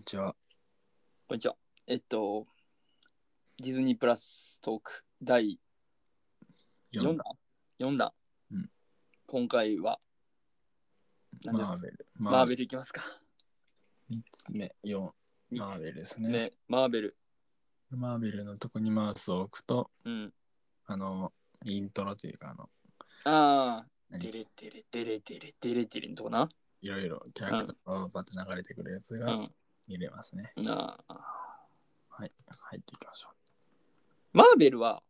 ちは。 こんにちは。ディズニープラストーク第4 4 弾 ?4 弾。 うん、 今回は何ですか？ マーベル。 マーベルいきますか。 3つ目、4。マーベルですね。 ね、マーベル。 マーベルのとこにマウスを置くと、 うん。 イントロというか、 ああ、 何デレデレデレデレデレデレのとこな。 いろいろキャラクターがバッと流れてくるやつがうん。 見れますね。 ああ。 はい、入っていきましょマーベルは、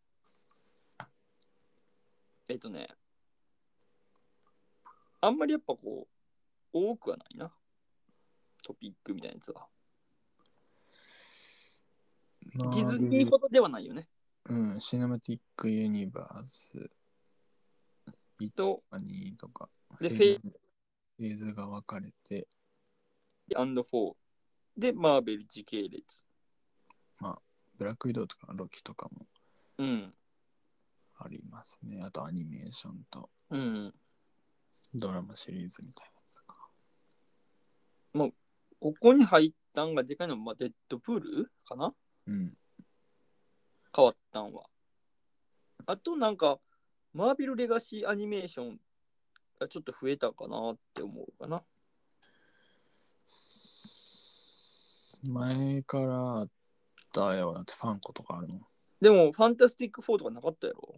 あんまりやっぱこう、多くはないな。トピックみたいなやつは。 う。 ディズマーベル、 ニーほどではないよね。 シネマティックユニバース1とか2とか、 で、 フェーズが分かれて、 4で、マーベル時系列。 ブラックウィドウとかロキとかもうん。 ありますね。あとアニメーションとうん。 ドラマシリーズみたいなやつとか。 もうここに入ったんがでかいのは、まあ、デッドプールかな。 うん。 変わったんは。あとなんか、マーベルレガシーアニメーションがちょっと増えたかなって思うかな。 前からあったよ。だってファンコとかあるの。 でも、ファンタスティック4とかなかったやろ。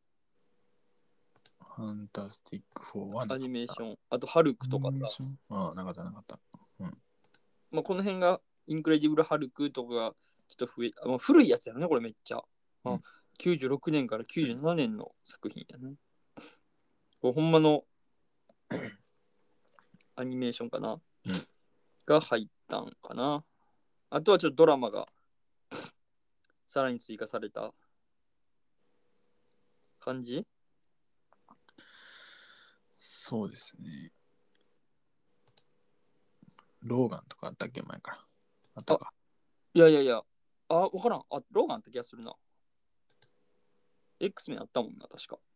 ファンタスティック4はなかった。 アニメーション。あと、ハルアクとかさ。 ニメーションなかったなかった。うん。 まあ、この辺が、インクレディブル・ハルクとかがちょっと増え、まあ、古いやつやね、これめっちゃ。 うん 96年から97年の作品やね。これほんまのアニメーションかな、が入ったんかな。あとはちょっとドラマがさらに追加された感じ。 そうですね。ローガンとかあったっけ前から。あったか。 いやいやいや、わからん。ローガンって気がするな。X メンあったもんな、確か。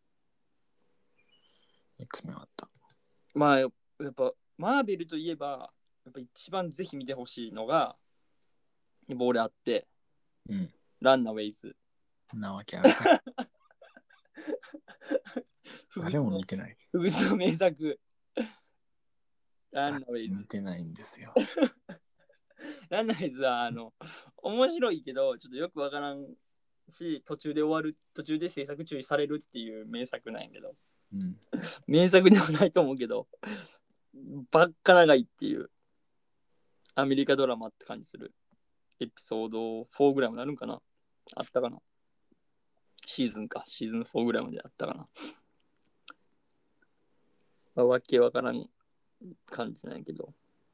X メンあった。 まあ、やっぱ、マーベルといえば、やっぱ一番ぜひ見てほしいのが、やっぱ俺あって、 うん。 ランナウェイズ。 なわけあるか。 不誰もの見てない。 不屈の名作。ランナウェイズ。 見てないんですよ。 ランナウェイズは、面白いけど、ちょっとよくわからんし、途中で終わる、途中で制作中止されるっていう名作なんやけど、 うん。 名作ではないと思うけど、ばっか長いっていうアメリカドラマって感じする。エピソード4ぐらいまであるんかな、あったかな、シーズン4ぐらいまであったかな。まあ、わけわからん感じなんやけど。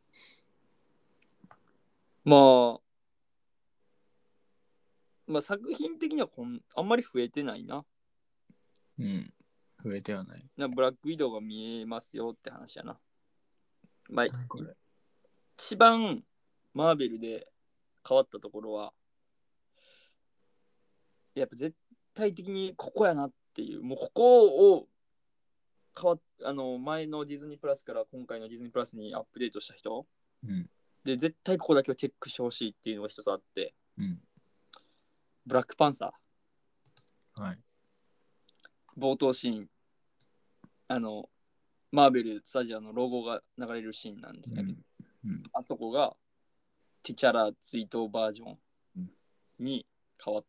まあ、作品的にはあんまり増えてないな。 うん。増えてはない。 ブラックウィドウが見えますよって話やな。まあ、 これ。 一番マーベルで変わったところは、やっぱ絶対的にここやなっていう、もうここを前のディズニープラスから今回のディズニープラスにアップデートした人うん。 で、絶対ここだけはチェックしてほしいっていうのが一つあって、 うん。 ブラックパンサー、 はい。 冒頭シーン、マーベルスタジアムのロゴが流れるシーンなんですけど、 うん。 あそこがティチャラ追悼バージョンに変わった。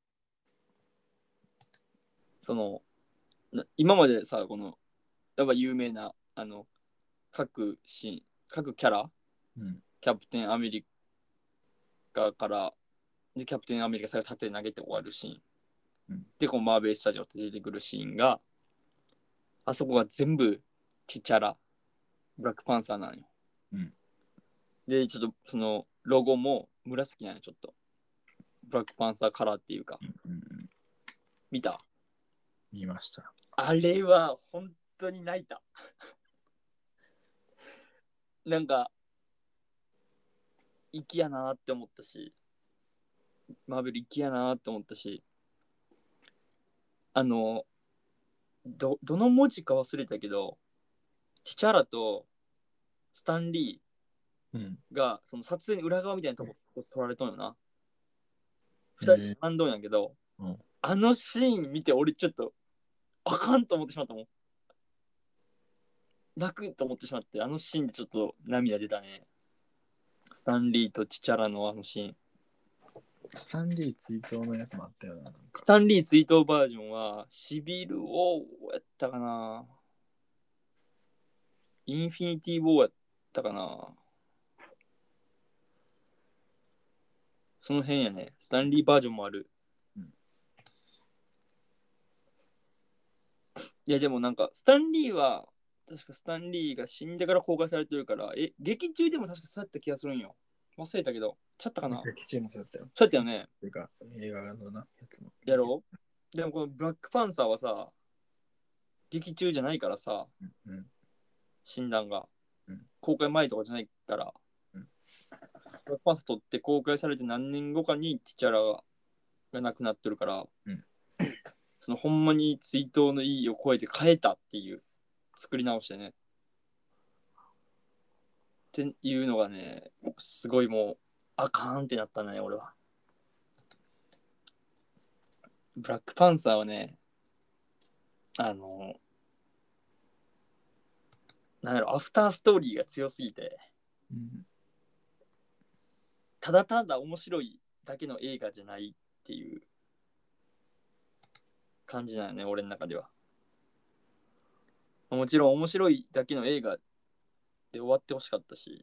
その、今までさ、この、やっぱ有名な、各シーン、各キャラ、 うん。 キャプテンアメリカから、で、キャプテンアメリカ最後縦投げて終わるシーン。 うん。 で、このマーベルスタジオって出てくるシーンが、あそこが全部ティチャラ、ブラックパンサーなのよ。 うん。 で、ちょっとそのロゴも紫なのよ、ちょっと。ブラックパンサーカラーっていうか。 うん。 見た？ 見ました。 あれは本当に泣いた。なんか、粋やなって思ったし、マーベル粋やなって思ったし、どの文字か忘れたけど、ティチャラとスタンリうん。 がその撮影の裏側みたいなとこ撮られとんよな。 へ 2 え人並んどんやけど、 うん。 あのシーン見て俺ちょっとあかんと思ってしまったもん。泣くと思ってしまって、あのシーンでちょっと涙出たね。スタンリーとチチャラのあのシーン。 スタンリー追悼のやつもあったよな。なんかスタンリー追悼バージョンはシビル王やったかな、インフィニティ・ウォーやったかな、その辺やね。スタンリーバージョンもある。 うんいやでもなんかスタンリーは確かスタンリーが死んでから公開されてるから、劇中でも確かそうやった気がするんよ。忘れたけど、ちゃったかな。 劇中もそうやったよ。 そうやったよね。 っていうか、映画のな、やつも。 やろう。でもこのブラックパンサーはさ、劇中じゃないからさ、 うん。 診断が、 うん公開前とかじゃないから、 うんブラックパンサー撮って公開されて何年後かにティチャラが亡くなってるから、 うんそのほんまに追悼の意義を超えて変えたっていう、作り直してね。っていうのがね、すごいもう、あかんってなったね、俺は。ブラックパンサーはね、なんやろ、アフターストーリーが強すぎて、 うん。 ただただ面白いだけの映画じゃないっていう感じなのね、俺の中では。もちろん面白いだけの映画で終わってほしかったし、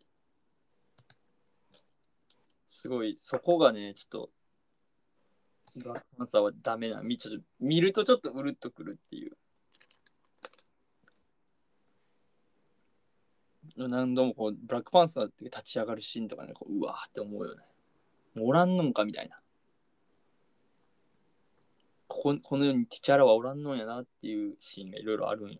すごい、そこがね、ちょっと、ブラックパンサーはダメな。ちょっと見るとちょっとうるっとくるっていう。何度もこう、ブラックパンサーって立ち上がるシーンとかね、こううわーって思うよね。もうおらんのんかみたいな。この世にティチャラはおらんのんやなっていうシーンがいろいろあるんよ。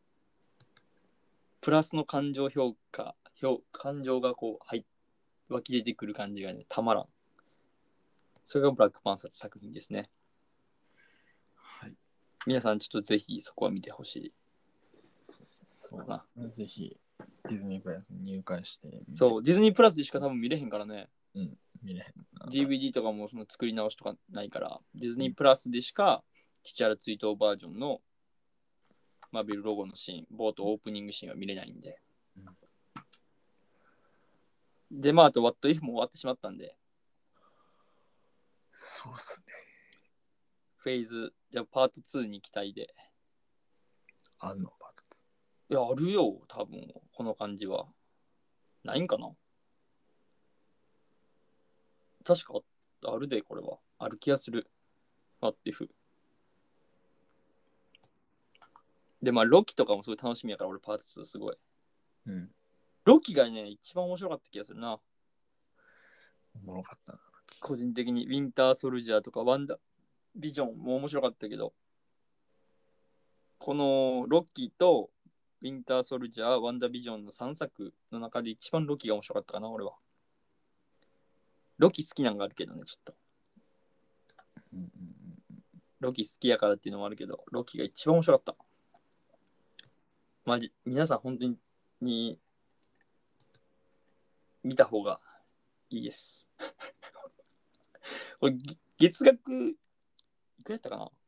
プラスの感情感情がこう、湧き出てくる感じがね、たまらん。それがブラックパンサーって作品ですね。 はい。 皆さんちょっとぜひそこは見てほしい。 そうですね。ぜひ、ディズニープラスに入会してみて。 そう、ディズニープラスでしか多分見れへんからね。 うん。見れへんな。 DVD とかもその作り直しとかないから、ディズニープラスでしか、ティチャラ追悼バージョンのマーベルロゴのシーン、冒頭オープニングシーンは見れないんで。で、まあ、あと、What If も終わってしまったんで、 そうっすね。 フェーズ、じゃあパート2に期待で。 あんのパートいや、あるよ、多分、この感じは。ないんかな、確かあるで、これは。ある気がする。What If。で、まあ、ロキとかもすごい楽しみやから、俺、パート2すごい。 2。うん。 ロキがね、一番面白かった気がするな。 おもろかったな。 個人的に、ウィンターソルジャーとか、ワンダビジョンも面白かったけど、このロッキーとウィンターソルジャー、ワンダービジョンの3作の中で一番ロキが面白かったかな、俺は。ロキ好きなんがあるけどね、ちょっと。 うんうんロキ好きやからっていうのもあるけど、ロキが一番面白かった。マジ、皆さん本当に見た方がいいです。これ、月額、いくらやったかな、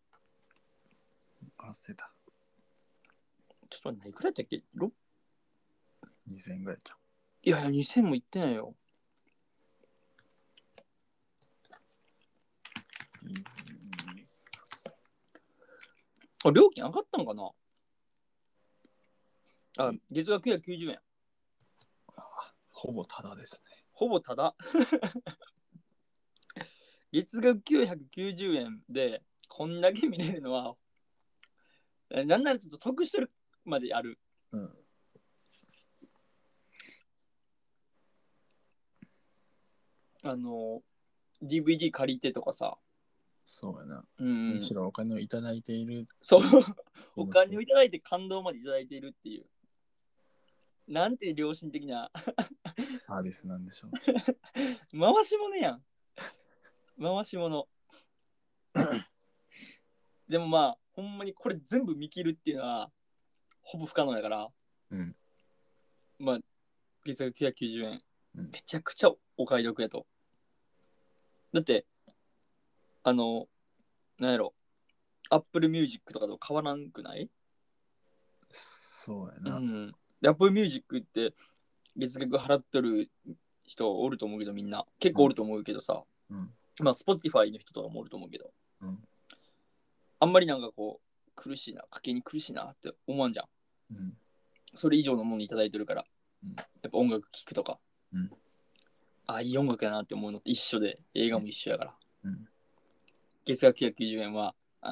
うん。忘れた。 ちょっと待って、いくらやったっけ、 2000円ぐらいじゃん。 いやいや、2000もいってないよ。 ディズニー料金上がったのかなあ、 うん月額990円。 ほぼタダですね。 ほぼただ。月額990円でこんだけ見れるのは、なんならちょっと得してるまである。 うん。 DVD 借りてとかさ、 そうやな。 うんむ、しろお金をいただいている。 そう、お金をいただいて感動までいただいているっていう、なんて良心的なサービスなんでしょう。 回し物やん。回し物。でもまあ、ほんまにこれ全部見切るっていうのは、ほぼ不可能だから、 うん。 まあ、 月額990円、 うんめちゃくちゃお買い得やと。だって、なんやろ、Apple Music とかと変わらんくない？ そうやな。 うん。で Apple Music って月額払ってる人おると思うけど、みんな。結構おると思うけどさ。 うん。 まあ、Spotify の人とかもおると思うけど、 うん。 あんまりなんかこう、苦しいな、家計に苦しいなって思わんじゃん。 うん。 それ以上のものいただいてるから、 うんやっぱ音楽聴くとか、 うんあ、いい音楽やなって思うのって一緒で、映画も一緒やから。 うん月額990円は、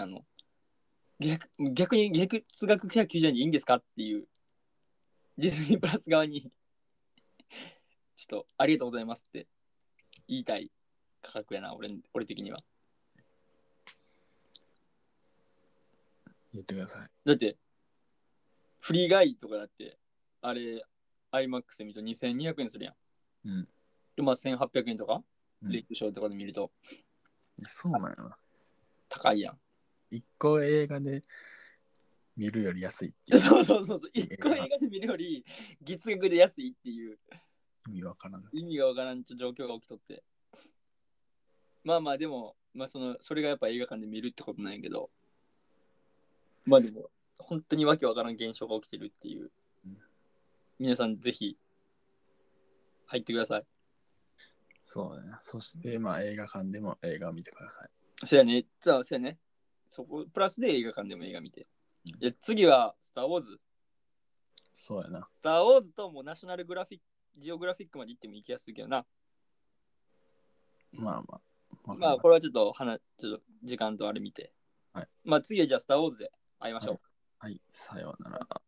逆に月額990円でいいんですかっていうディズニープラス側にちょっとありがとうございますって言いたい価格やな、俺的には。 言ってください。 だってフリーガイとかだってあれ IMAX で見ると2200円するやん。 うん。 でまあ1800円とか、 うんレイトショーとかで見るとそうなんやな。 高いやん。 一個映画で見るより安いっていうそうそうそうそう。一個映画で見るより月額で安いっていう意味わからん。 意味がわからん状況が起きとって。まあまあでも、まあそれがやっぱ映画館で見るってことなんやけど、まあでも本当にわけわからん現象が起きてるっていう。皆さんぜひ入ってください。 そうね。そしてまあ映画館でも映画を見てください。 そうやね。そうやね。そこプラスで映画館でも映画見て。いや次はスター・ウォーズ。 そうやな。 スター・ウォーズともナショナルジオグラフィックまで行ってもいい気がするけどな。 まあまあ。 まあこれはちょっと時間とあれ見て。 はい。 まあ次はじゃあスター・ウォーズで会いましょう。 はい、さようなら。